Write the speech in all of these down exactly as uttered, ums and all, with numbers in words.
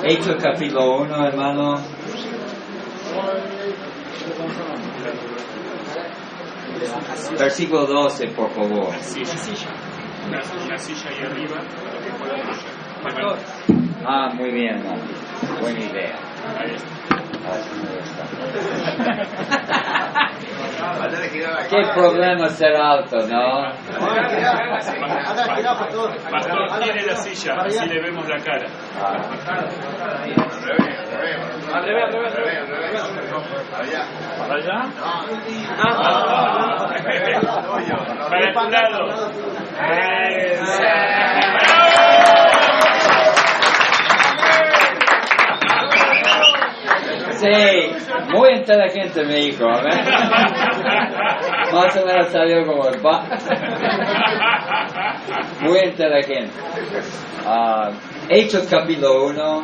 Hechos capítulo uno, hermano. Versículo doce, por favor. Una silla, una, una silla ahí arriba, lo que podamos Pastor. Ah, muy bien, hermano. Buena idea. Ahí está. Qué problema ser alto, ¿no? Pastor, tiene la silla, así le vemos la cara. Al revés, al revés, al revés. ¿Para allá? Ah. Para tu lado. Sí, muy inteligente mi hijo, ¿eh? Más o menos salió como el pa. Muy inteligente. Uh, Hechos capítulo uno.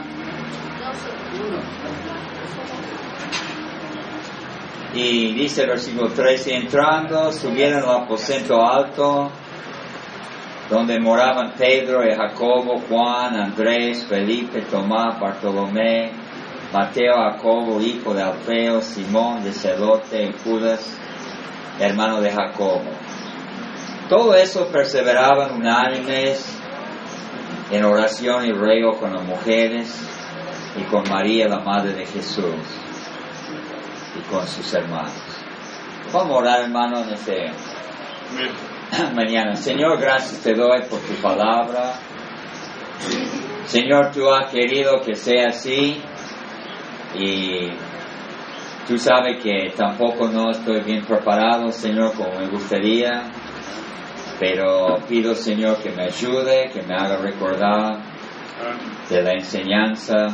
Y dice el versículo trece, entrando, subieron al aposento alto, donde moraban Pedro y Jacobo, Juan, Andrés, Felipe, Tomás, Bartolomé, Mateo, Jacobo, hijo de Alfeo, Simón de Celote y Judas, hermano de Jacobo. Todo eso perseveraban unánimes en oración y ruego con las mujeres y con María, la madre de Jesús, y con sus hermanos. Vamos a orar, hermano, en este mañana. Señor, gracias te doy por tu palabra. Señor, tú has querido que sea así. Y tú sabes que tampoco no estoy bien preparado, Señor, como me gustaría, pero pido, Señor, que me ayude, que me haga recordar de la enseñanza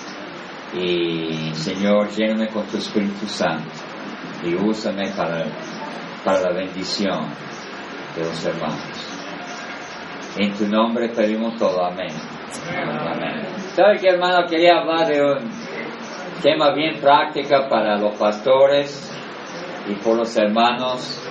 y, Señor, lléname con tu Espíritu Santo y úsame para, para la bendición de los hermanos. En tu nombre pedimos todo, amén. Amén. ¿Sabe qué, hermano? Quería hablar de un tema bien práctica para los pastores y por los hermanos,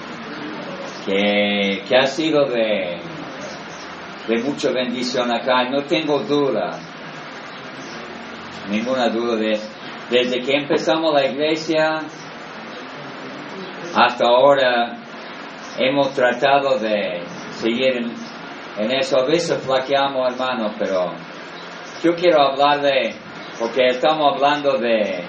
que, que ha sido de, de mucha bendición acá. No tengo duda, ninguna duda de eso. Desde que empezamos la iglesia hasta ahora hemos tratado de seguir en, en eso. A veces flaqueamos, hermano, pero yo quiero hablarle, porque estamos hablando de,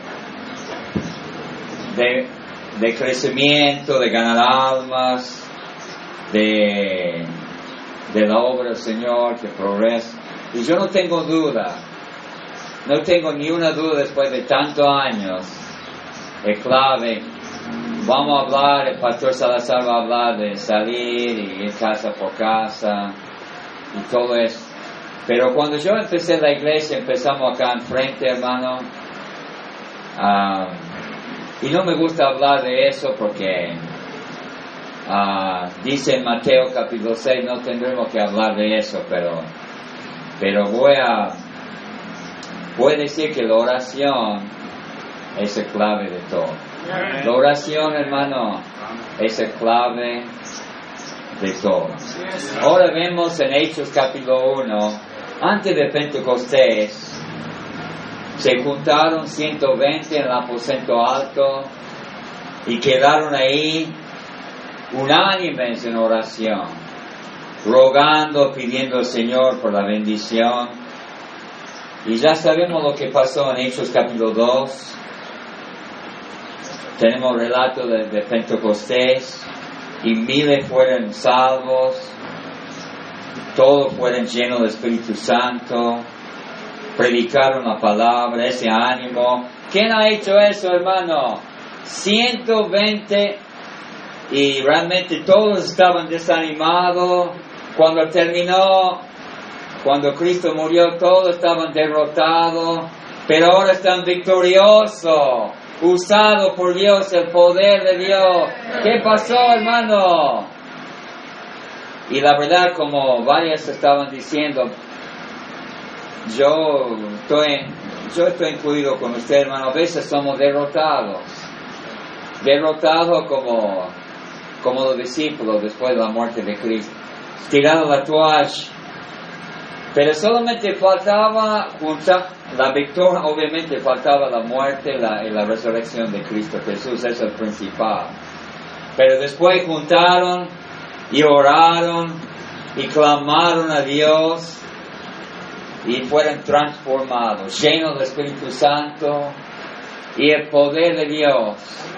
de, de crecimiento, de ganar almas, de, de la obra del Señor que progresa. Y yo no tengo duda, no tengo ni una duda después de tantos años, es clave. Vamos a hablar, el pastor Salazar va a hablar de salir y ir casa por casa y todo eso. Pero cuando yo empecé la iglesia, empezamos acá enfrente, hermano, uh, y no me gusta hablar de eso porque uh, dice en Mateo capítulo seis, no tendremos que hablar de eso, pero, pero voy a, voy a decir que la oración es la clave de todo. La oración, hermano, es la clave de todo. Ahora vemos en Hechos capítulo uno, antes de Pentecostés, se juntaron ciento veinte en el aposento alto y quedaron ahí unánimes en oración, rogando, pidiendo al Señor por la bendición. Y ya sabemos lo que pasó en Hechos capítulo dos. Tenemos el relato de, de Pentecostés, y miles fueron salvos, todos fueron llenos del Espíritu Santo, predicaron la palabra, ese ánimo. ¿Quién ha hecho eso, hermano? ciento veinte, y realmente todos estaban desanimados. Cuando terminó, cuando Cristo murió, todos estaban derrotados, pero ahora están victoriosos, usados por Dios, el poder de Dios. ¿Qué pasó, hermano? Y la verdad, como varias estaban diciendo, yo estoy, yo estoy incluido con usted, hermano. A veces somos derrotados, derrotados como, como los discípulos después de la muerte de Cristo, tirando la toalla. Pero solamente faltaba juntar la victoria, obviamente faltaba la muerte la, y la resurrección de Cristo Jesús, eso es el principal. Pero después juntaron y oraron y clamaron a Dios y fueron transformados, llenos del Espíritu Santo y el poder de Dios.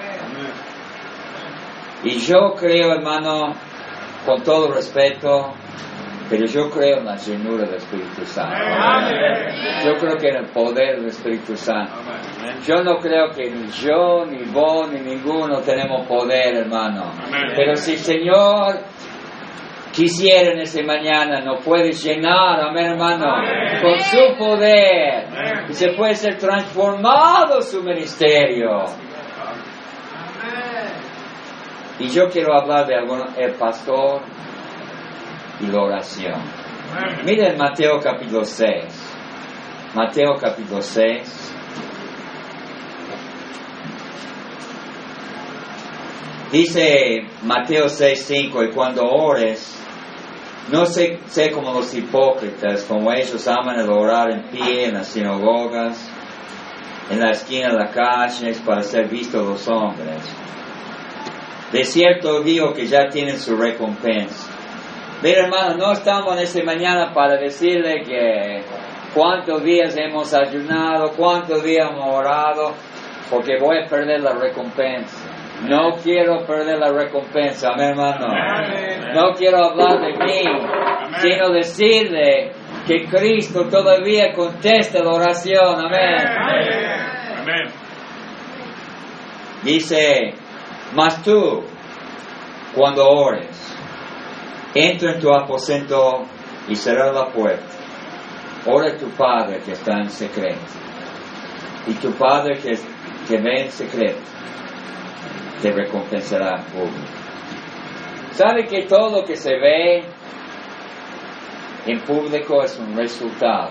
Y yo creo, hermano, con todo respeto, pero yo creo en la llenura del Espíritu Santo. Yo creo que en el poder del Espíritu Santo. Yo no creo que ni yo, ni vos, ni ninguno tenemos poder, hermano. Pero si el Señor quisiera en esta mañana, nos puede llenar, amén, hermano, con su poder. Y se puede ser transformado su ministerio. Y yo quiero hablar de alguno, el pastor y la oración. Miren Mateo capítulo seis. Mateo capítulo seis. Dice Mateo seis cinco, y cuando ores, no sé, sé como los hipócritas, como ellos aman el orar en pie en las sinagogas, en la esquina de las calles, para ser vistos los hombres. De cierto digo que ya tienen su recompensa. Mira, hermano, no estamos en esta mañana para decirle que cuántos días hemos ayunado, cuántos días hemos orado, porque voy a perder la recompensa. No quiero perder la recompensa, amén, hermano. Amén. No quiero hablar de mí, amén, sino decirle que Cristo todavía contesta la oración, amén. Amén. Amén. Dice, mas tú, cuando ores, entra en tu aposento y cerra la puerta. Ora a tu Padre que está en secreto. Y tu Padre que, que ve en secreto te recompensará en público. ¿Sabe que todo lo que se ve en público es un resultado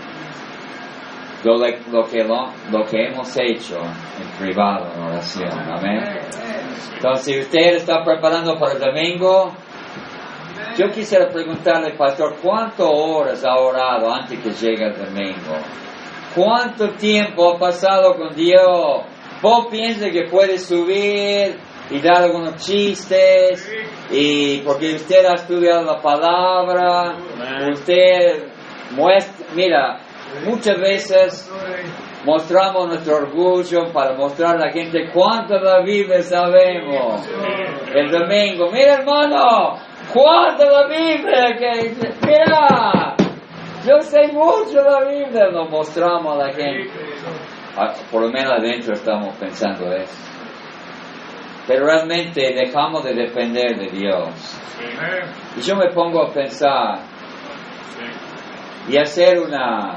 de lo, lo, que, lo, lo que hemos hecho en privado, en oración? Amén. Entonces, si usted está preparando para el domingo, yo quisiera preguntarle, pastor, ¿cuántas horas ha orado antes que llegue el domingo? ¿Cuánto tiempo ha pasado con Dios? Vos piensas que puede subir y dar algunos chistes, y porque usted ha estudiado la palabra, usted muestra, mira, muchas veces mostramos nuestro orgullo para mostrar a la gente cuánto de la Biblia sabemos. El domingo, mira, hermano, cuánto de la Biblia, que, mira, yo sé mucho de la Biblia, lo mostramos a la gente. Por lo menos adentro estamos pensando eso. Pero realmente dejamos de depender de Dios. Y yo me pongo a pensar y hacer una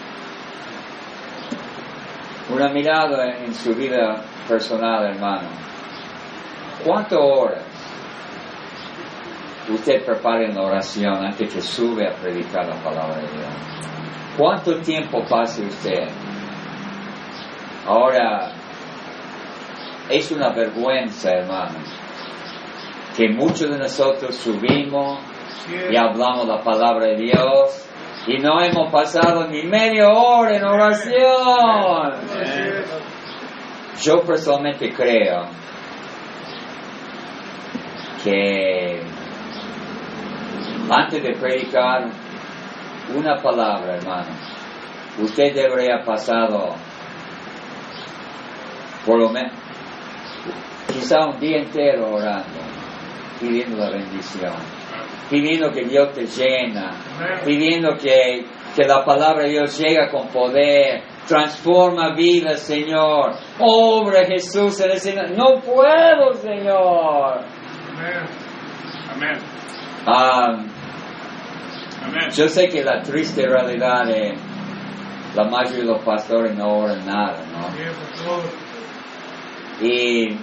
una mirada en su vida personal, hermano. ¿Cuántas horas usted prepara en la oración antes que sube a predicar la palabra de Dios? ¿Cuánto tiempo pasa usted? Ahora, es una vergüenza, hermanos, que muchos de nosotros subimos y hablamos la palabra de Dios y no hemos pasado ni media hora en oración. Yo personalmente creo que antes de predicar una palabra, hermanos, usted debería haber pasado por lo menos quizá un día entero orando, pidiendo la bendición, pidiendo que Dios te llena, pidiendo que, que la palabra de Dios llega con poder, transforma vidas, Señor, obra Jesús en el Señor. No puedo, Señor. Amén. Um, Amén. Yo sé que la triste realidad es la mayoría de los pastores no oran nada, ¿no? Y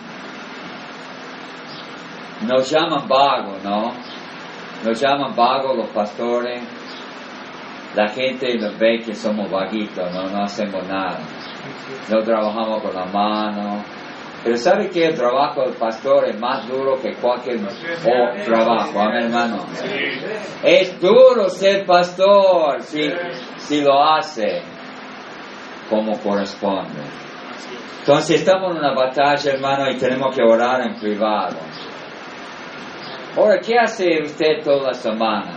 nos llaman vagos, ¿no? Nos llaman vagos los pastores. La gente nos ve que somos vaguitos, ¿no? No hacemos nada. No trabajamos con la mano, Pero ¿sabe que el trabajo del pastor es más duro que cualquier otro trabajo? Amén, hermano. Es duro ser pastor si, si lo hace como corresponde. Entonces estamos en una batalla, hermano, y tenemos que orar en privado. Ahora, ¿qué hace usted toda la semana?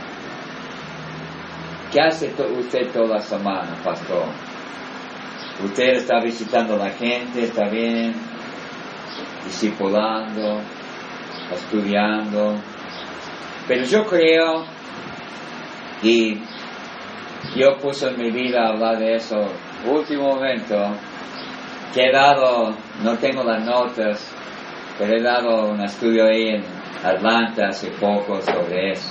¿Qué hace to- usted toda la semana, pastor? Usted está visitando a la gente, está bien, discipulando, estudiando. Pero yo creo, y yo puse en mi vida a hablar de eso, último momento, que he dado, no tengo las notas, pero he dado un estudio ahí en Atlanta hace poco sobre eso.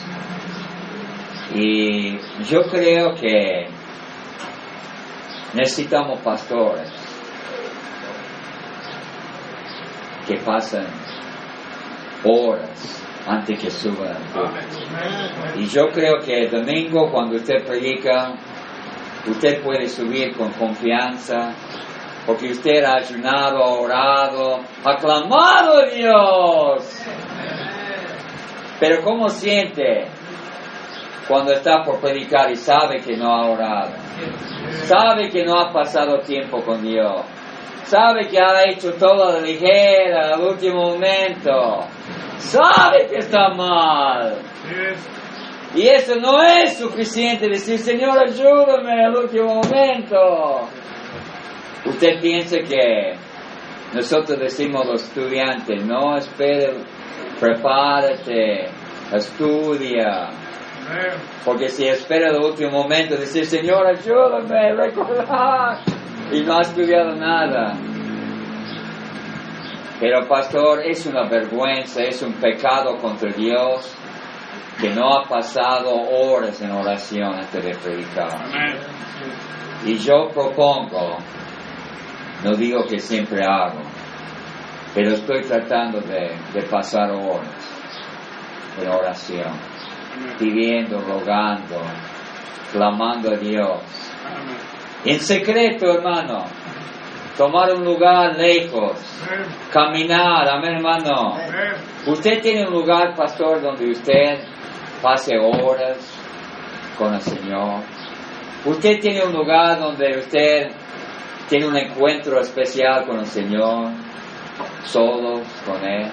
Y yo creo que necesitamos pastores que pasen horas antes que suban al púlpito. Y yo creo que el domingo cuando usted predica, usted puede subir con confianza, porque usted ha ayunado, ha orado, ha clamado a Dios. Pero ¿cómo siente cuando está por predicar y sabe que no ha orado? Sabe que no ha pasado tiempo con Dios. Sabe que ha hecho todo a la ligera, al último momento. Sabe que está mal. Y eso no es suficiente decir, Señor, ayúdame al último momento. Usted piensa que nosotros decimos a los estudiantes, no espere, prepárate, estudia. Porque si espera el último momento, decir, Señor, ayúdame a recordar, y no ha estudiado nada. Pero pastor, es una vergüenza, es un pecado contra Dios que no ha pasado horas en oración antes de predicar. Y yo propongo, no digo que siempre hago, pero estoy tratando de, de pasar horas en oración, pidiendo, rogando, clamando a Dios. En secreto, hermano, tomar un lugar lejos, caminar, amén, hermano. Usted tiene un lugar, pastor, donde usted pase horas con el Señor. Usted tiene un lugar donde usted tiene un encuentro especial con el Señor, solos con Él.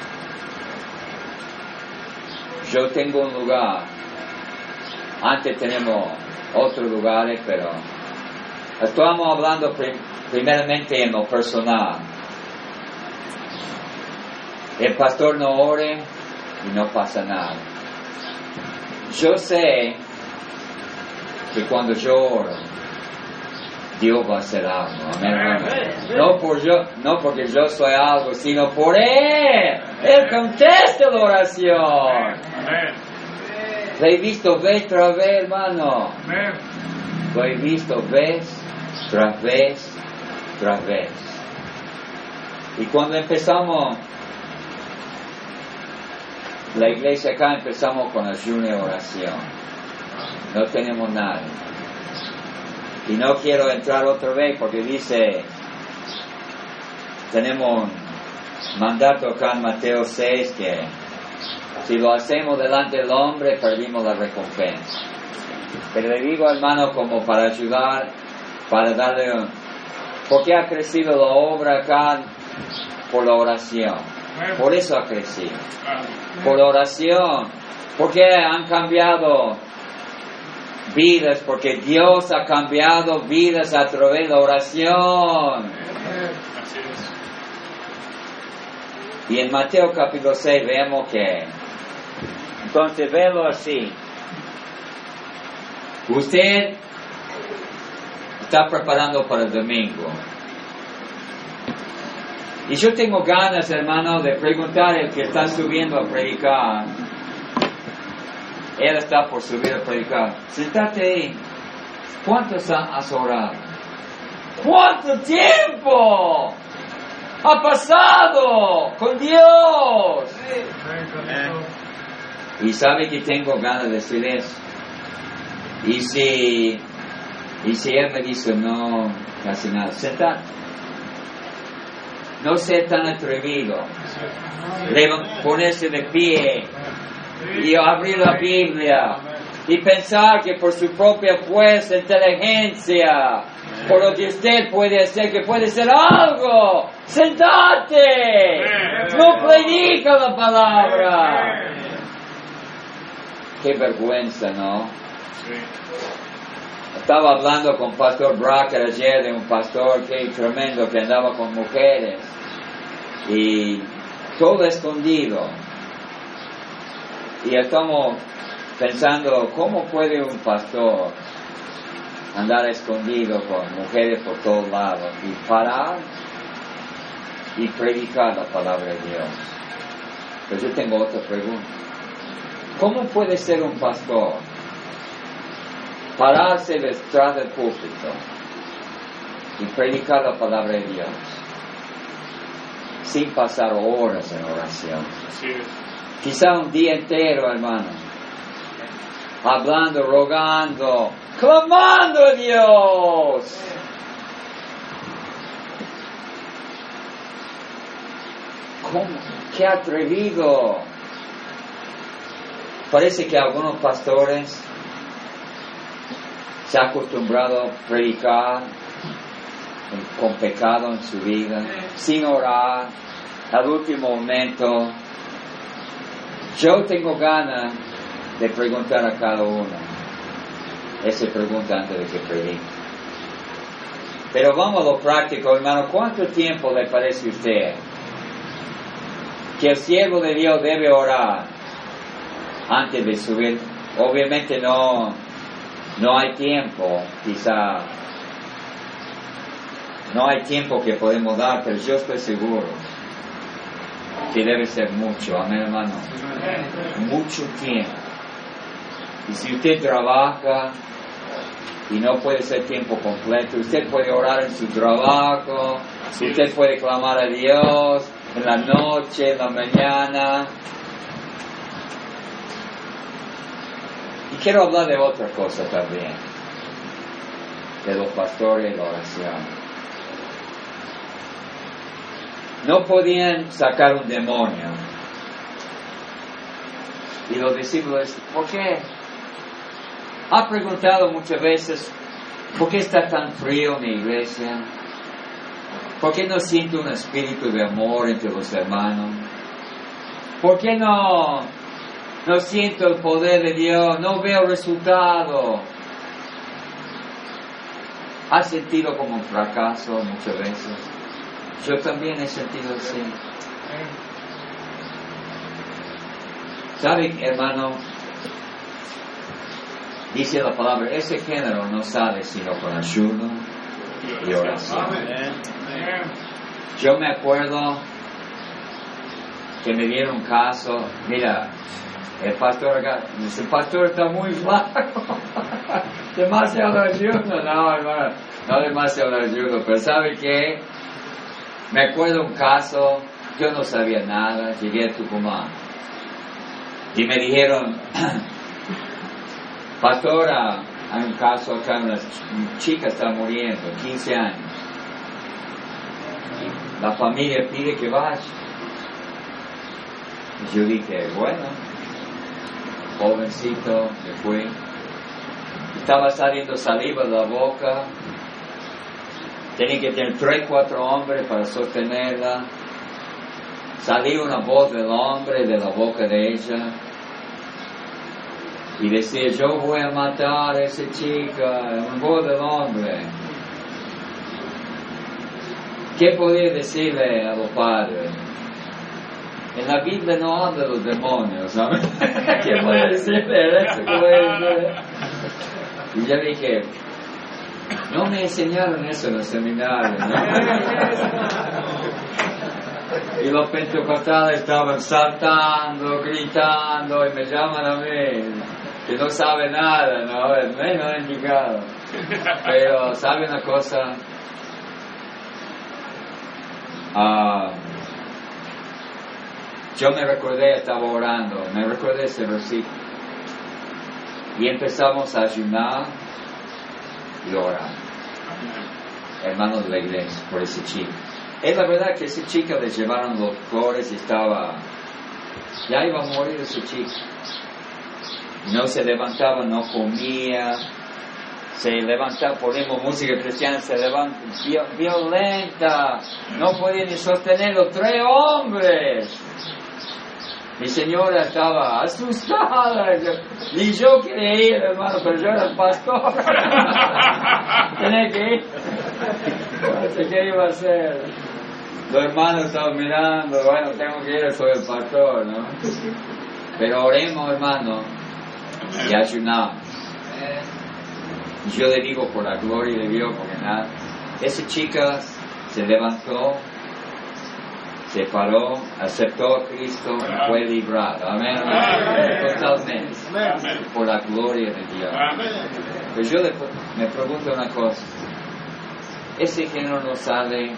Yo tengo un lugar. Antes tenemos otros lugares, pero estamos hablando prim- primeramente en lo personal. El pastor no ore y no pasa nada. Yo sé que cuando yo oro, Dios va a hacer algo. Amén, hermano. No, por yo, no porque yo soy algo, sino por Él. Él contesta la oración. Lo he visto vez tras vez, hermano. Lo he visto vez tras vez tras vez. Y cuando empezamos la iglesia acá, empezamos con ayuno y oración. No tenemos nada. Y no quiero entrar otra vez porque dice, tenemos un mandato acá en Mateo seis que si lo hacemos delante del hombre, perdimos la recompensa. Pero le digo, hermano, como para ayudar, para darle un... porque ha crecido la obra acá por la oración. Por eso ha crecido. Por la oración. Porque han cambiado vidas, porque Dios ha cambiado vidas a través de la oración. Y en Mateo capítulo seis vemos que, entonces velo así. Usted está preparando para el domingo. Y yo tengo ganas, hermano, de preguntar al que está subiendo a predicar. Él está por subir a predicar. Sentate ahí. ¿Cuántos has orado? ¿Cuánto tiempo ha pasado con Dios? Y sabe que tengo ganas de decir eso. Y si, y si él me dice no, casi nada, sentate. no ser tan atrevido, Leva- ponerse de pie y abrir la Biblia y pensar que por su propia fuerza, inteligencia, por lo que usted puede hacer, que puede ser algo. ¡Sentate! No predica la palabra. Qué vergüenza, ¿no? Estaba hablando con Pastor Bracker ayer, de un pastor que tremendo que andaba con mujeres y todo escondido. Y estamos pensando, ¿cómo puede un pastor andar escondido con mujeres por todos lados y parar y predicar la palabra de Dios? Pero yo tengo otra pregunta. ¿Cómo puede ser un pastor pararse detrás del púlpito y predicar la palabra de Dios sin pasar horas en oración? Sí. Quizá un día entero, hermano, hablando, rogando, clamando a Dios. ¿Cómo? ¡Qué atrevido! Parece que algunos pastores se han acostumbrado a predicar con pecado en su vida, sin orar, al último momento. Yo tengo ganas de preguntar a cada uno esa pregunta antes de que predique. Pero vamos a lo práctico, hermano. ¿Cuánto tiempo le parece a usted que el siervo de Dios debe orar antes de subir? Obviamente no, no hay tiempo, quizá no hay tiempo que podemos dar, pero yo estoy seguro que debe ser mucho, amén, hermano. Mucho tiempo. Y si usted trabaja y no puede ser tiempo completo, usted puede orar en su trabajo, usted puede clamar a Dios en la noche, en la mañana. Y quiero hablar de otra cosa también, de los pastores y la oración. No podían sacar un demonio. Y los discípulos, ¿por qué? Ha preguntado muchas veces, ¿por qué está tan frío mi iglesia? ¿Por qué no siento un espíritu de amor entre los hermanos? ¿Por qué no, no siento el poder de Dios? No veo resultado. ¿Ha sentido como un fracaso muchas veces? Yo también he sentido así. ¿Saben, hermano? Dice la palabra, ese género no sale sino con ayuno y oración. Yo me acuerdo que me dieron un caso, mira, el pastor acá, el pastor está muy flaco, demasiado ayuno, no hermano, no demasiado ayuno, pero ¿sabe qué? Me acuerdo un caso, yo no sabía nada, llegué a Tucumán y me dijeron, pastora, hay un caso acá, una chica está muriendo, quince años. La familia pide que vaya. Y yo dije, bueno, jovencito, me fui. Estaba saliendo saliva de la boca. Tenía que tener tres, cuatro hombres para sostenerla. Salió una voz del hombre de la boca de ella. Y decía, yo voy a matar a esa chica, una voz del hombre. ¿Qué podía decirle a los padres? En la Biblia no habla de los demonios, ¿sabes? ¿Qué podía decirle? Eso que voy a decir. Y yo dije, no me enseñaron eso en el seminario, ¿no? Y los pentecostales estaban saltando, gritando, y me llaman a mí, que no sabe nada, ¿no? El menos indicado. Pero, ¿sabe una cosa? Uh, yo me recordé, estaba orando, me recordé ese versículo. Y empezamos a ayunar y orar. Hermanos de la iglesia, por ese chico. Es la verdad que esa chica le llevaron los flores y estaba, ya iba a morir esa chica. No se levantaba, no comía, se levantaba, ponemos música cristiana, se levanta, violenta, no podía ni sostenerlo, tres hombres. Mi señora estaba asustada, ni yo quería ir, hermano, pero yo era el pastor. Tenía que ir. No sé qué iba a hacer. Los hermanos estaban mirando, bueno, tengo que ir, soy el pastor, ¿no? Pero oremos, hermano, y ayunamos. Y yo le digo por la gloria de Dios, porque nada, esa chica se levantó, se paró, aceptó a Cristo y fue librada. Amén. Totalmente. Por la gloria de Dios. Pues yo le, me pregunto una cosa. Ese género no sale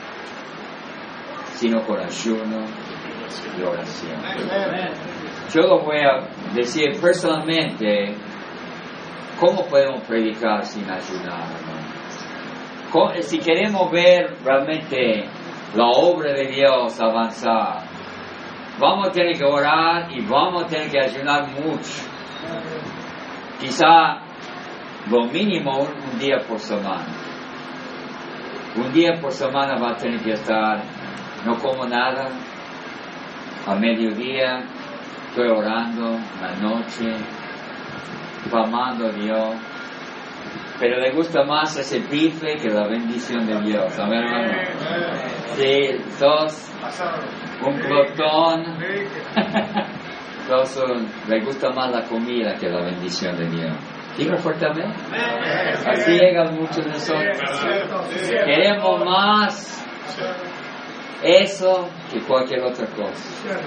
sino con ayuno y oración. Yo lo voy a decir personalmente. ¿Cómo podemos predicar sin ayunar, hermano? Si queremos ver realmente la obra de Dios avanzar, vamos a tener que orar y vamos a tener que ayunar mucho. Quizá lo mínimo un, un día por semana. Un día por semana va a tener que estar, no como nada, a mediodía estoy orando, la noche, clamando a Dios, pero le gusta más ese bife que la bendición de Dios. Amén, hermano. Sí, sos un glotón. Entonces, le gusta más la comida que la bendición de Dios. Digo fuertemente. Así llegan muchos de nosotros. Queremos más eso que cualquier otra cosa.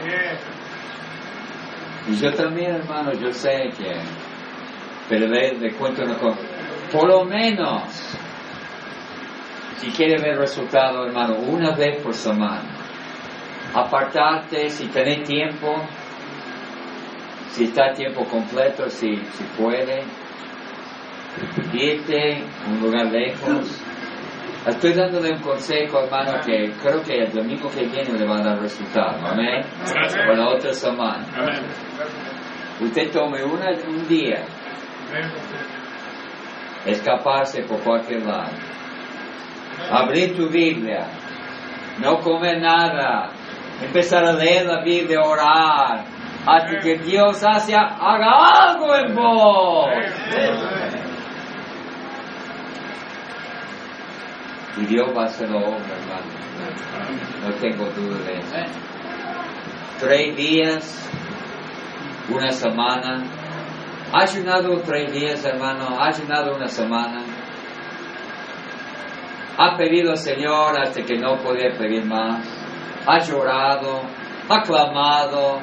Y yo también, hermano, yo sé que, pero le, le cuento una cosa. Por lo menos, si quiere ver resultado, hermano, una vez por semana, apartarte si tenés tiempo, si está a tiempo completo, si, si puede, irte a un lugar lejos. Estoy dándole un consejo, hermano, que creo que el domingo que viene le va a dar resultado. Amén. O la otra semana. Amén. Usted tome una, un día, escaparse por cualquier lado, abrir tu Biblia, no comer nada, empezar a leer la Biblia, orar, hasta que Dios hacia, haga algo en vos. Y Dios va a hacer la obra, hermano. No tengo duda de eso. Tres días, una semana. ¿Ha ayunado tres días, hermano? ¿Ha ayunado una semana? ¿Ha pedido al Señor hasta que no podía pedir más? ¿Ha llorado? ¿Ha clamado?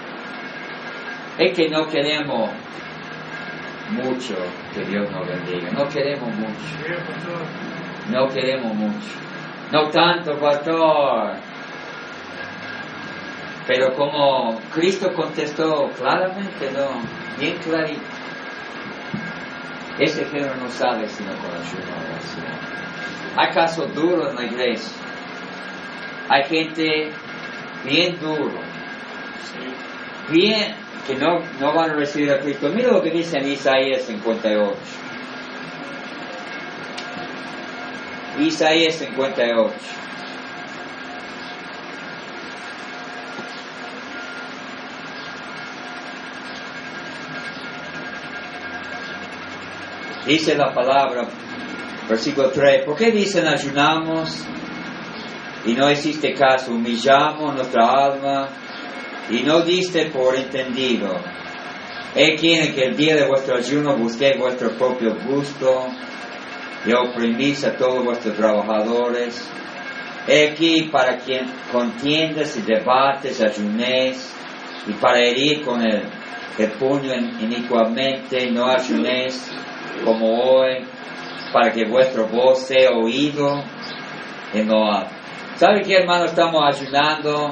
Es que no queremos mucho que Dios nos bendiga. No queremos mucho. No queremos mucho. No tanto, pastor. Pero como Cristo contestó claramente, no, bien clarito. Ese género no sale sino con ayuno y oración. Hay casos duros en la iglesia. Hay gente bien duro, bien que no, no van a recibir a Cristo. Mira lo que dice en Isaías cincuenta y ocho. Isaías cincuenta y ocho. Dice la palabra, versículo tres, ¿por qué dicen ayunamos y no hiciste caso? Humillamos nuestra alma y no diste por entendido. He quien que el día de vuestro ayuno busqué vuestro propio gusto y oprimís a todos vuestros trabajadores. He aquí para quien contiendas y debates ayunéis, y para herir con el, el puño inicuamente no ayunéis como hoy, para que vuestra voz sea oído en lo alto. ¿Sabe qué, hermano? Estamos ayunando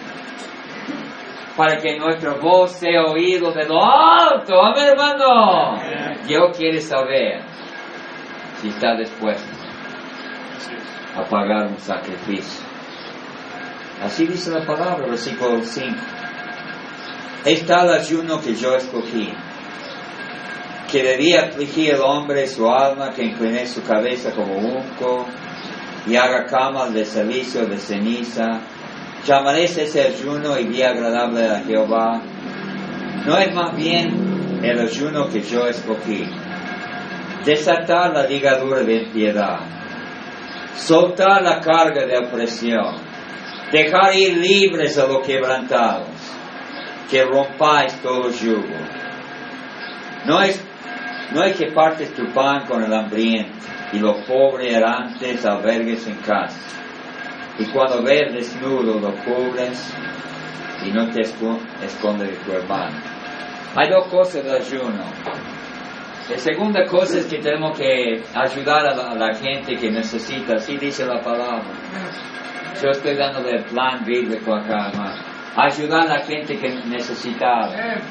para que nuestra voz sea oído de lo alto. Amén, hermano. Dios quiere saber si está dispuesto. es. a pagar un sacrificio. Así dice la palabra, versículo cinco. Es tal ayuno que yo escogí, que debía afligir el hombre su alma, que incline su cabeza como unco y haga cama de silicio de ceniza. Llamaré ese ayuno y día agradable a Jehová. No es más bien el ayuno que yo escogí: desatar la ligadura de impiedad, soltar la carga de opresión, dejar ir libres a los quebrantados, que rompáis todo yugo. No es, no es que partes tu pan con el hambriento y los pobres errantes albergues en casa, y cuando ves desnudo lo cubres y no te escondes de tu hermano. Hay dos cosas del ayuno. La segunda cosa es que tenemos que ayudar a la, a la gente que necesita, así dice la palabra. Yo estoy dándole el plan bíblico acá, hermano. Ayudar a la gente que necesita.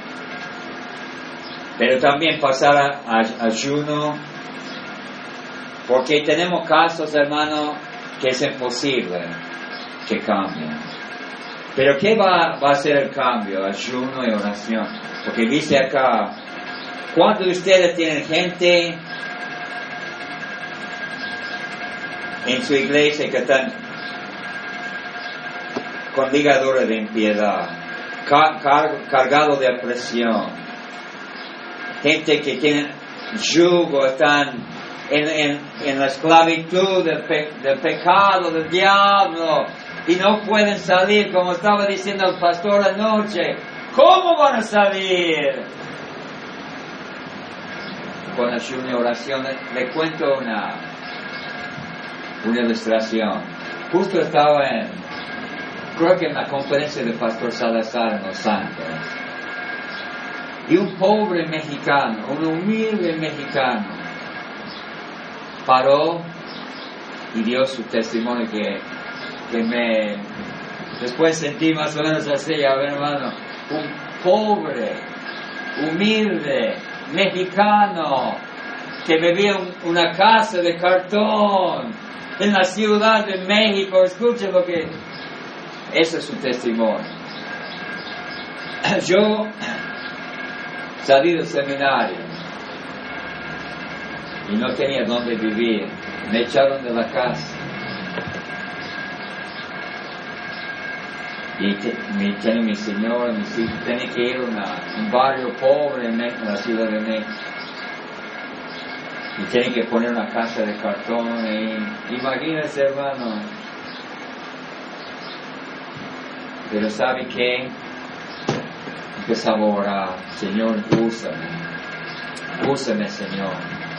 Pero también pasar a, a ayuno, porque tenemos casos, hermano, que es imposible que cambien. Pero ¿qué va, va a ser el cambio? Ayuno y oración. Porque dice acá, ¿cuántos de ustedes tienen gente en su iglesia que están con ligadura de impiedad, car, car, cargado de opresión, gente que tiene yugo, están en, en, en la esclavitud del, pe, del pecado, del diablo, y no pueden salir, como estaba diciendo el pastor anoche? ¿Cómo van a salir? Con ayuno y oración. Le cuento una, una ilustración. Justo estaba en, creo que en la conferencia del pastor Salazar en Los Ángeles, y un pobre mexicano, un humilde mexicano, paró y dio su testimonio que, que me después sentí más o menos así. A ver, hermano, un pobre, humilde mexicano que vivía en una casa de cartón en la Ciudad de México. Escuche lo que... Ese es su testimonio. Yo salí del seminario y no tenía dónde vivir. Me echaron de la casa. Y te, mi, tiene mi señora, mis hijos, tenía que ir a una, un barrio pobre en, en la Ciudad de México. Y tienen que poner una casa de cartón ahí. Imagínense, hermano. Pero ¿sabe qué? Empezaba a orar: Señor, úsame. Úsame, Señor.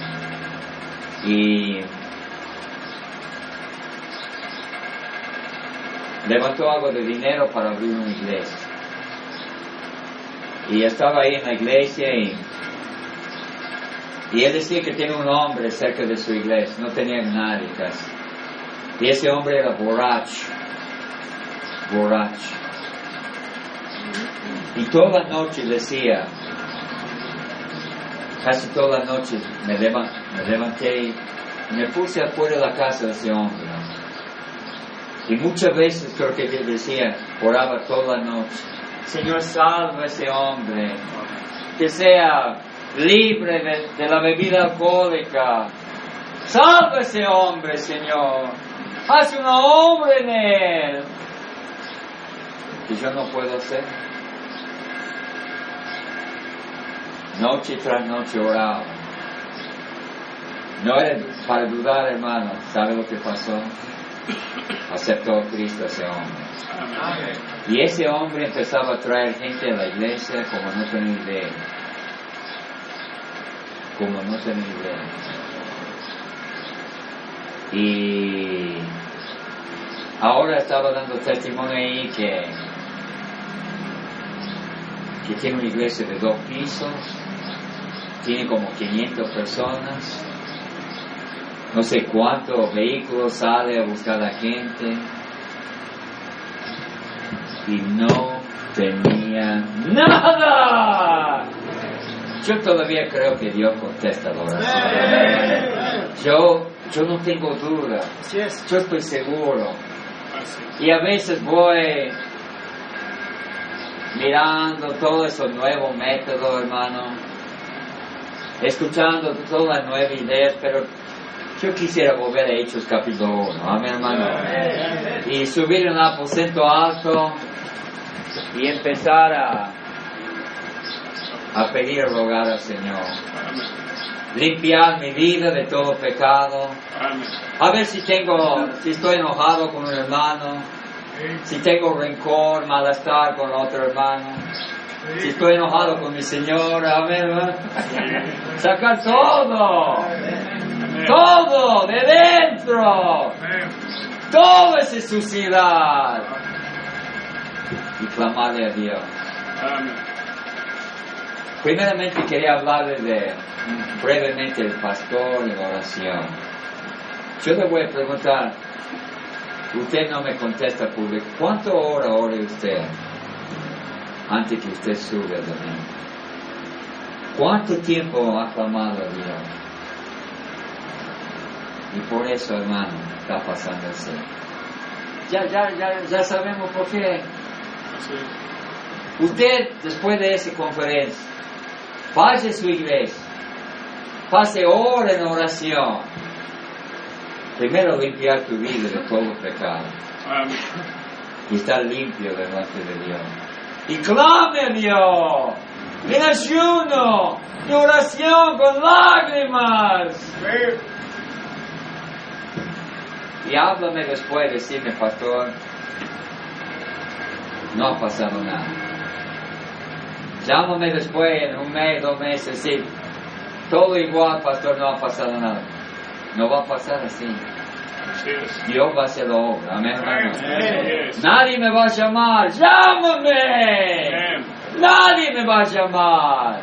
Y levantó algo de dinero para abrir una iglesia. Y estaba ahí en la iglesia y, y él decía que tiene un hombre cerca de su iglesia. No tenía nadie casi. Y ese hombre era borracho. Borracho. Y toda la noche decía, casi toda la noche me, levant, me levanté y me puse afuera de la casa de ese hombre. Y muchas veces creo que él decía, oraba toda la noche: Señor, salva a ese hombre, que sea libre de, de la bebida alcohólica. Salva a ese hombre, Señor. Haz una obra en él. Que yo no puedo hacer. Noche tras noche oraba. No era para dudar, hermano. ¿Sabe lo que pasó? Aceptó a Cristo ese hombre. Amén. Y ese hombre empezaba a traer gente a la iglesia como no tenía idea. Como no tenía idea. Y ahora estaba dando testimonio ahí que, que tiene una iglesia de dos pisos, tiene como quinientas personas, no sé cuántos vehículos, sale a buscar a la gente y no tenía nada. Yo todavía creo que Dios contesta la oración. Yo yo no tengo duda, Así es. yo estoy seguro. Así. Y a veces voy mirando todos esos nuevos métodos, hermano, escuchando todas las nuevas ideas, pero yo quisiera volver a Hechos capítulo uno, amén, hermano, y subir en un aposento alto y empezar a, a pedir y rogar al Señor. Amén. Limpiar mi vida de todo pecado. Amén. A ver si tengo, si estoy enojado con un hermano, si tengo rencor, malestar con otro hermano, si estoy enojado con mi señora, amén, hermano. Sacar todo, Amén. todo de dentro, toda esa suciedad y clamarle a Dios. Amén. Primeramente quería hablarle de brevemente el pastor y la oración. Yo le voy a preguntar, usted no me contesta público, ¿cuánto hora ora usted antes que usted sube al domingo? ¿Cuánto tiempo ha clamado a Dios? Y por eso, hermano, está pasando así. Ya, ya, ya, ya sabemos por qué. Así. Usted, después de esa conferencia, vaya a su iglesia, pase hora en oración. Primero limpiar tu vida de todo pecado Amén. y estar limpio delante de Dios. Y clame a Dios en ayuno, en oración con lágrimas. Y háblame después, decirme, pastor, no ha pasado nada. Llámame después, en un mes, dos meses, sí, todo igual, pastor, no ha pasado nada. No va a pasar así. Así es. Dios va a hacer la obra, amén, hermano. Así es. Nadie me va a llamar, llámame. Amén. Nadie me va a llamar.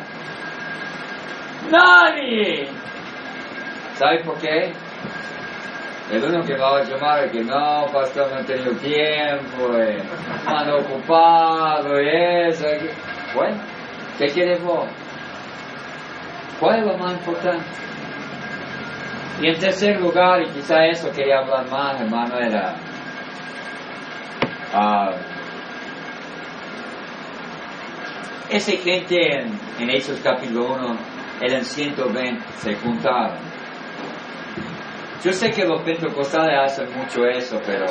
Nadie. ¿Sabe por qué? El único que me va a llamar es que no, pastor, no he tenido tiempo, eh, ando ocupado y eso. y- Bueno, ¿qué quieres vos? ¿Cuál es lo más importante? Y en tercer lugar, y quizá eso quería hablar más, hermano, era ah, esa gente en, en Hechos capítulo uno, eran ciento veinte, se juntaron. Yo sé que los pentecostales hacen mucho eso, pero,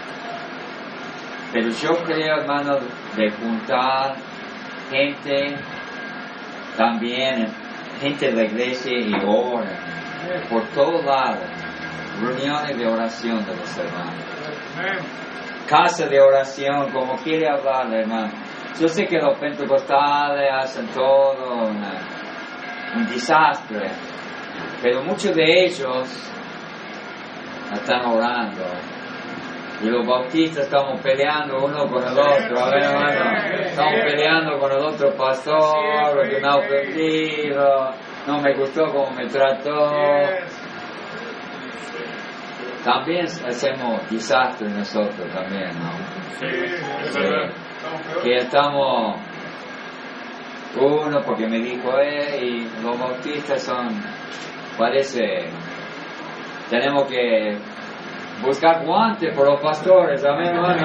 pero yo creo, hermano, de juntar gente también, gente de la iglesia y oran por todos lados, reuniones de oración de los hermanos, casa de oración, como quiere hablar, hermano. Yo sé que los pentecostales hacen todo una, un desastre, pero muchos de ellos están orando. Y los bautistas estamos peleando uno con el otro, a ver, hermano, estamos peleando con el otro pastor, lo que me ha ofendido, no me gustó como me trató. También hacemos desastre nosotros también, ¿no? Sí, es verdad. Que estamos uno porque me dijo eh, y los bautistas son, parece, tenemos que buscar guantes por los pastores, amén, hermano.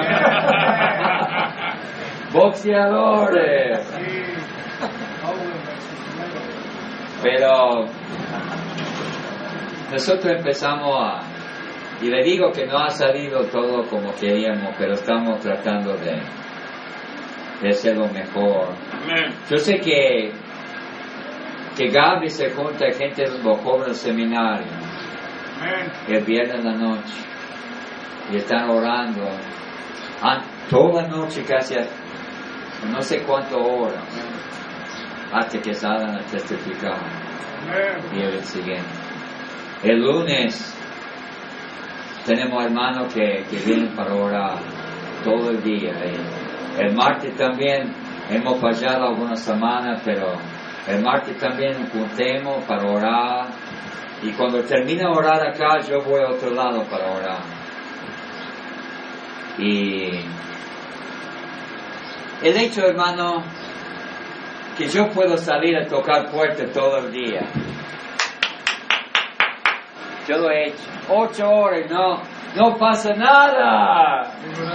Boxeadores. Pero nosotros empezamos a, y le digo que no ha salido todo como queríamos, pero estamos tratando de, de hacerlo mejor. Amén. Yo sé que, que Gaby se junta a gente de los jóvenes del seminario Amén. el viernes en la noche y están orando ah, toda la noche, casi a- no sé cuántas horas, hasta que salgan a testificar. Y el siguiente, el lunes tenemos hermanos que, que vienen para orar todo el día. Y el martes también hemos fallado algunas semanas, pero el martes también nos juntemos para orar. Y cuando termina de orar acá, yo voy a otro lado para orar. Y el hecho, hermano, que yo puedo salir a tocar puertas todo el día. yo lo he hecho. Ocho horas, no, no pasa nada.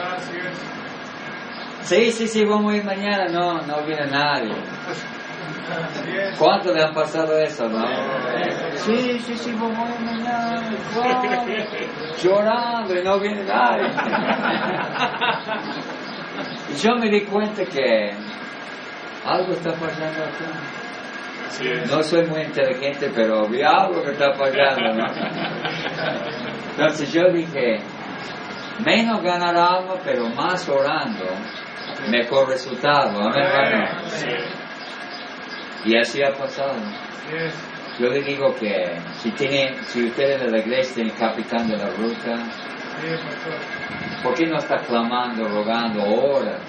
Sí, sí, sí, vamos a ir mañana. No, no viene nadie. ¿Cuánto le han pasado eso, no? Sí, sí, sí, vamos a ir mañana. Wow. Llorando y no viene nadie. Y yo me di cuenta que algo está pasando acá. No soy muy inteligente, pero vi algo que está pasando, ¿no? Entonces yo dije, menos ganar alma, pero más orando, mejor resultado. Amén, hermano. Y así ha pasado. Yo le digo que si tiene, si ustedes de la iglesia tienen capitán de la ruta, ¿por qué no está clamando, rogando horas?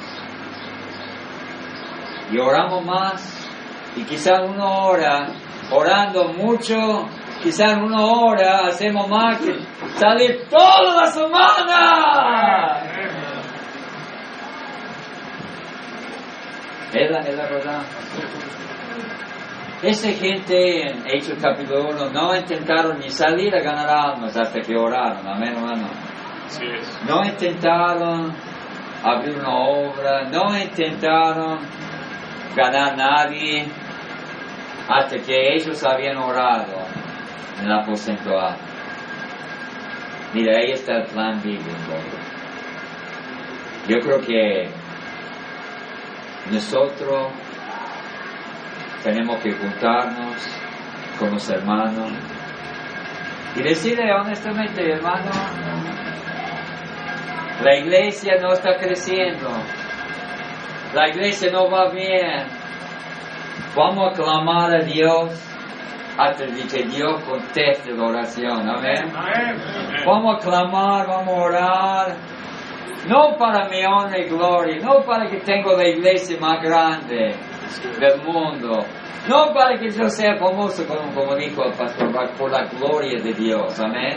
Y oramos más. Y quizás una hora, orando mucho, quizás una hora hacemos más que salir toda la semana. Es la, es la verdad. Esa gente en Hechos capítulo uno no intentaron ni salir a ganar almas hasta que oraron, amén, hermano. Sí es. No intentaron abrir una obra, no intentaron ganar a nadie hasta que ellos habían orado en el aposento alto. Mira, ahí está el plan bíblico. Yo creo que nosotros tenemos que juntarnos con los hermanos y decirle honestamente, hermano, la iglesia no está creciendo, la iglesia no va bien. Vamos a clamar a Dios hasta que Dios conteste la oración. Amén. Vamos a clamar, vamos a orar. No para mi honra y gloria, no para que tenga la iglesia más grande del mundo, no para que yo sea famoso, como, como dijo el pastor, por la gloria de Dios. Amén.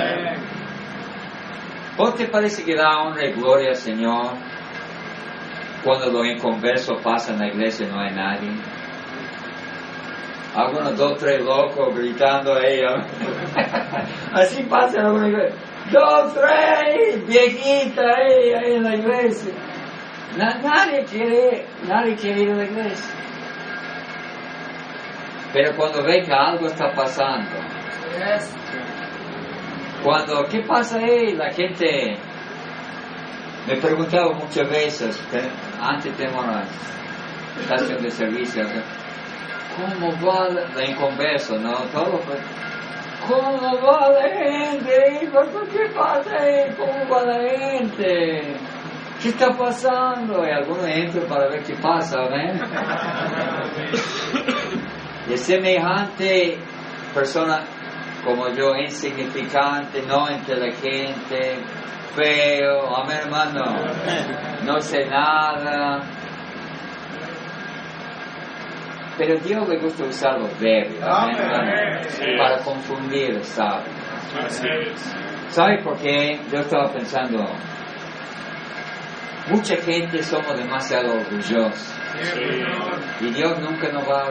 ¿Vos te parece que da honra y gloria al Señor cuando los inconversos pasan a la iglesia y no hay nadie? Algunos dos, tres locos gritando a ellos. Así pasa en alguna iglesia. Dos, tres, viejita ahí, ahí en la iglesia. Na, nadie quiere, nadie quiere ir a la iglesia. Pero cuando ve que algo está pasando, cuando, ¿qué pasa ahí? La gente me preguntaba muchas veces, antes tenemos una estación de servicio acá, ¿cómo va la inconverso? ¿No? Todo fue, ¿cómo va la gente? ¿Por qué pasa ahí? ¿Cómo va la gente? ¿Qué está pasando? Y algunos entran para ver qué pasa, ¿ven? Y semejante persona como yo, insignificante, no inteligente, feo, amén, hermano, no sé nada. Pero Dios le gusta usar los débiles, amén, hermano, para confundir el sabio. ¿Sabe por qué? Yo estaba pensando, mucha gente somos demasiado orgullosos. Y Dios nunca nos va a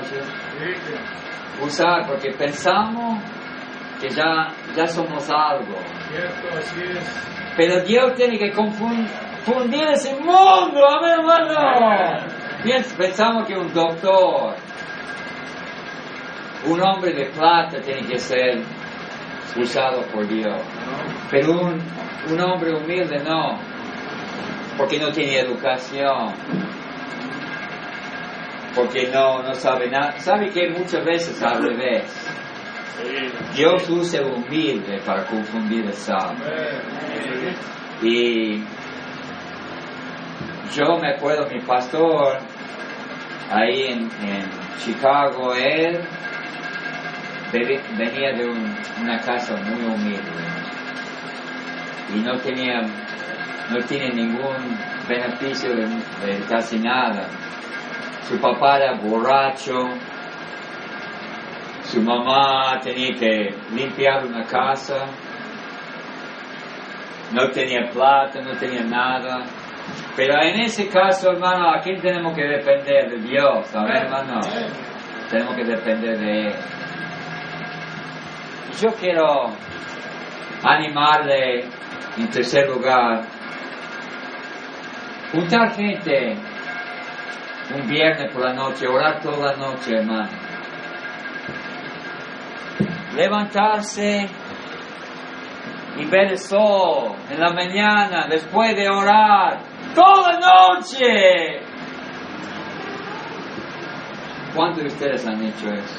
usar porque pensamos que ya, ya somos algo. Pero Dios tiene que confundir ese mundo, amén, hermano. Pensamos que un doctor, un hombre de plata tiene que ser usado por Dios. Pero un, un hombre humilde no, porque no tiene educación, porque no, no sabe nada. ¿Sabe que muchas veces al revés? Dios usa el humilde para confundir el sabio. Y yo me acuerdo, mi pastor, ahí en, en Chicago, él venía de un, una casa muy humilde y no tenía, no tiene ningún beneficio de, de casi nada. Su papá era borracho, su mamá tenía que limpiar una casa, no tenía plata, no tenía nada. Pero en ese caso, hermano, ¿a quién tenemos que depender? De Dios, ¿sabes, hermano? Tenemos que depender de Él. Yo quiero animarle, en tercer lugar, juntar gente un viernes por la noche, orar toda la noche, hermano. Levantarse y ver el sol en la mañana después de orar toda la noche. ¿Cuántos de ustedes han hecho eso?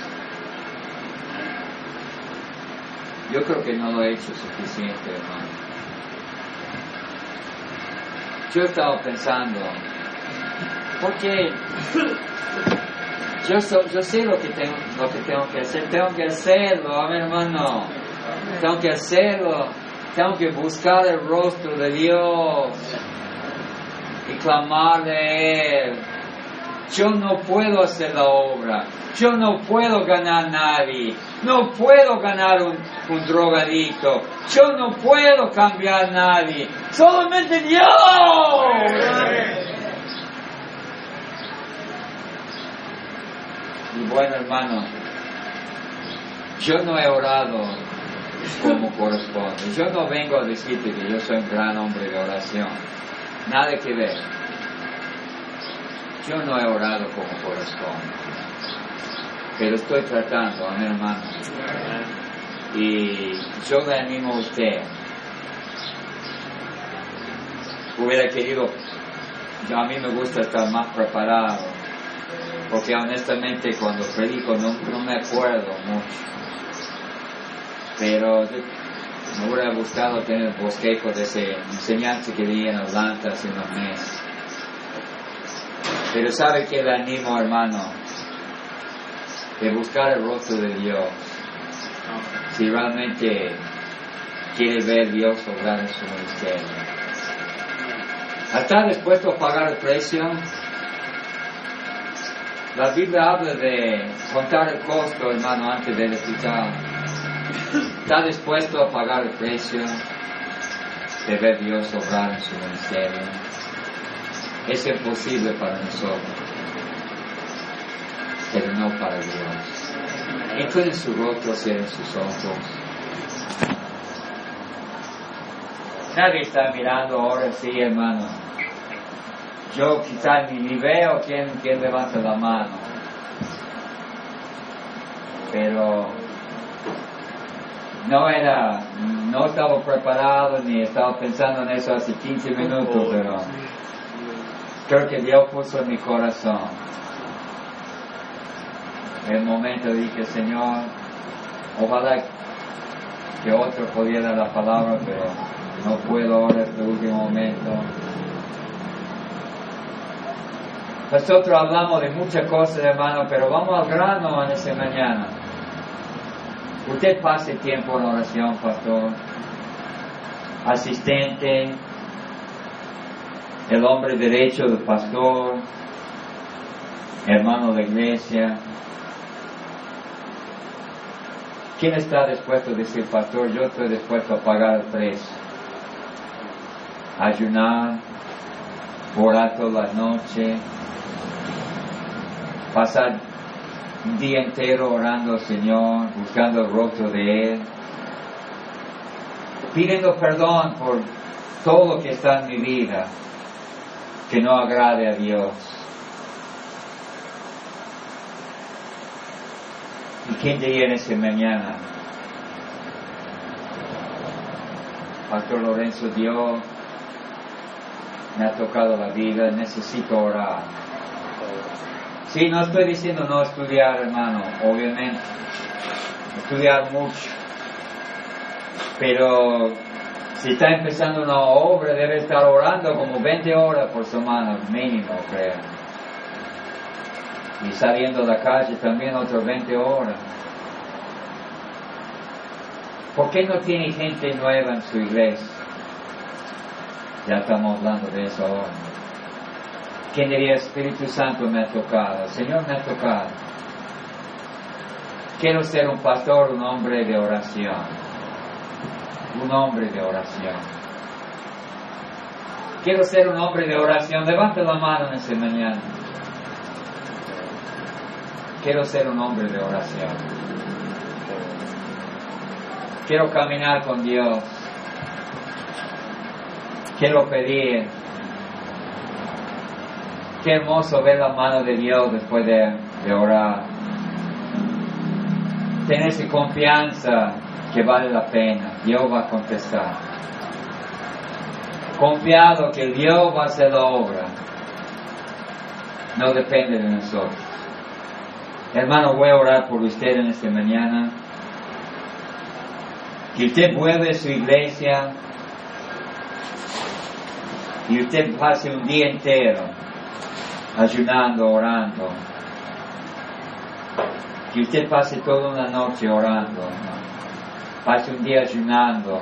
Yo creo que no lo he hecho suficiente, hermano. Yo he estado pensando, porque yo, so, yo sé lo que, tengo, lo que tengo que hacer, tengo que hacerlo, a mi hermano, tengo que hacerlo, tengo que buscar el rostro de Dios y clamarle a Él. Yo no puedo hacer la obra, yo no puedo ganar a nadie, no puedo ganar un, un drogadicto, yo no puedo cambiar a nadie, solamente Dios. Y bueno, hermano, yo no he orado como corresponde, yo no vengo a decirte que yo soy un gran hombre de oración, nada que ver. Yo no he orado como corresponde, pero estoy tratando, a mi hermano. Y yo le animo a usted. Hubiera querido, yo, a mí me gusta estar más preparado, porque honestamente cuando predico no, no me acuerdo mucho. Pero yo, me hubiera gustado tener el bosquejo de esa enseñanza que di en Atlanta hace unos meses. Pero sabe que le animo, hermano, de buscar el rostro de Dios. Si realmente quiere ver a Dios obrar en su ministerio. ¿Está dispuesto a pagar el precio? La Biblia habla de contar el costo, hermano, antes del hospital. ¿Está dispuesto a pagar el precio de ver a Dios obrar en su ministerio? Es imposible para nosotros, pero no para Dios. Inclinen su rostro, cierren sus ojos. Nadie está mirando ahora, sí, hermano. Yo quizás ni, ni veo quién, quién levanta la mano. Pero no era, no estaba preparado ni estaba pensando en eso hace quince minutos, pero creo que Dios puso en mi corazón. En el momento dije, Señor, ojalá que otro pudiera dar la palabra, pero no puedo ahora en este último momento. Nosotros hablamos de muchas cosas, hermano, pero vamos al grano en esta mañana. Usted pase tiempo en oración, pastor, asistente, el hombre derecho del pastor, hermano de iglesia. ¿Quién está dispuesto a decir, pastor, yo estoy dispuesto a pagar el precio? Ayunar, orar toda la noche, pasar un día entero orando al Señor, buscando el rostro de Él, pidiendo perdón por todo lo que está en mi vida que no agrade a Dios. ¿Y quién diría en esa mañana? Pastor Lorenzo, Dios me ha tocado la vida, necesito orar. Sí, no estoy diciendo no estudiar, hermano, obviamente. Estudiar mucho. Pero si está empezando una obra, debe estar orando como veinte horas por semana, mínimo, creo. Y saliendo a la calle también otras veinte horas. ¿Por qué no tiene gente nueva en su iglesia? Ya estamos hablando de eso ahora. ¿Quién diría, Espíritu Santo me ha tocado? El Señor me ha tocado. Quiero ser un pastor, un hombre de oración. Un hombre de oración. Quiero ser un hombre de oración. Levante la mano en esta mañana. Quiero ser un hombre de oración. Quiero caminar con Dios. quiero pedir, qué hermoso ver la mano de Dios después de, de orar. Tener esa confianza que vale la pena, Dios va a contestar. Confiado que Dios va a hacer la obra, no depende de nosotros. Hermano, voy a orar por usted en esta mañana. Que usted vuelva a su iglesia y usted pase un día entero ayunando, orando. Que usted pase toda una noche orando. Pase un día ayunando,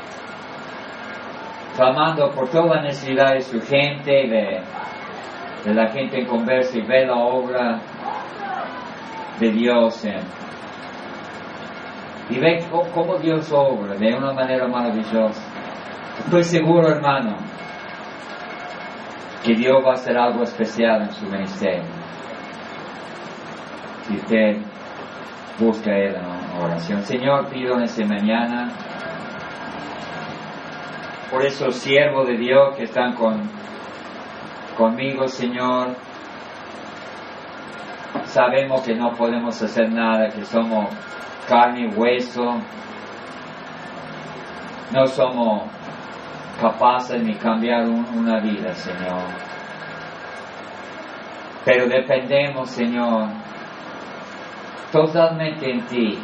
clamando por toda la necesidad de su gente, de, de la gente en conversa, y ve la obra de Dios en, y ve cómo, cómo Dios obra de una manera maravillosa. Estoy seguro, hermano, que Dios va a hacer algo especial en su ministerio si usted busca a Él en oración. Señor, pido en esta mañana por esos siervos de Dios que están con, conmigo, Señor. Sabemos que no podemos hacer nada, que somos carne y hueso. No somos capaces ni cambiar un, una vida, Señor. Pero dependemos, Señor, totalmente en Ti.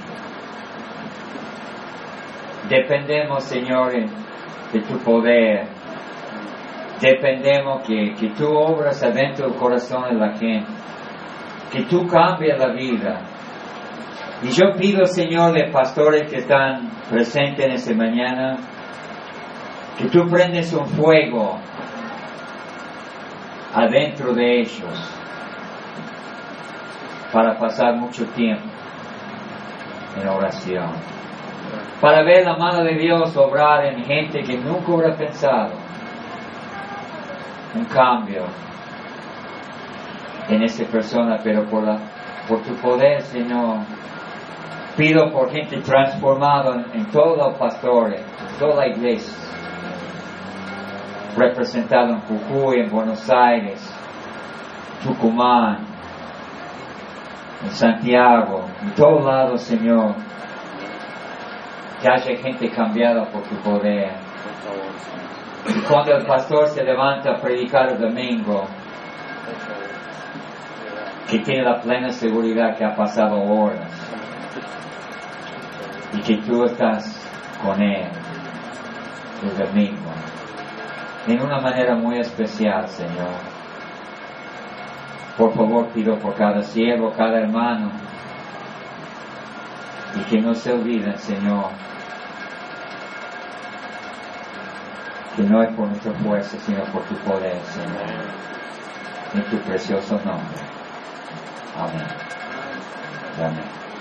Dependemos, Señor, de Tu poder. Dependemos que, que Tú obras adentro del corazón de la gente. Que Tú cambies la vida. Y yo pido, Señor, de pastores que están presentes en esta mañana, que Tú prendes un fuego adentro de ellos para pasar mucho tiempo en oración, para ver la mano de Dios obrar en gente que nunca hubiera pensado un cambio en esa persona, pero por, la, por Tu poder, Señor. Pido por gente transformada en, en todos los pastores, en toda la iglesia, representado en Jujuy, en Buenos Aires, Tucumán, en Santiago, en todos lados, Señor. Que haya gente cambiada por Tu poder. Y cuando el pastor se levanta a predicar el domingo, que tiene la plena seguridad que ha pasado horas y que Tú estás con él el domingo en una manera muy especial, Señor. Por favor, pido por cada siervo, cada hermano, y que no se olviden, Señor, que no es por nuestra fuerza, sino por Tu poder, Señor, en Tu precioso nombre. Amén. Amén.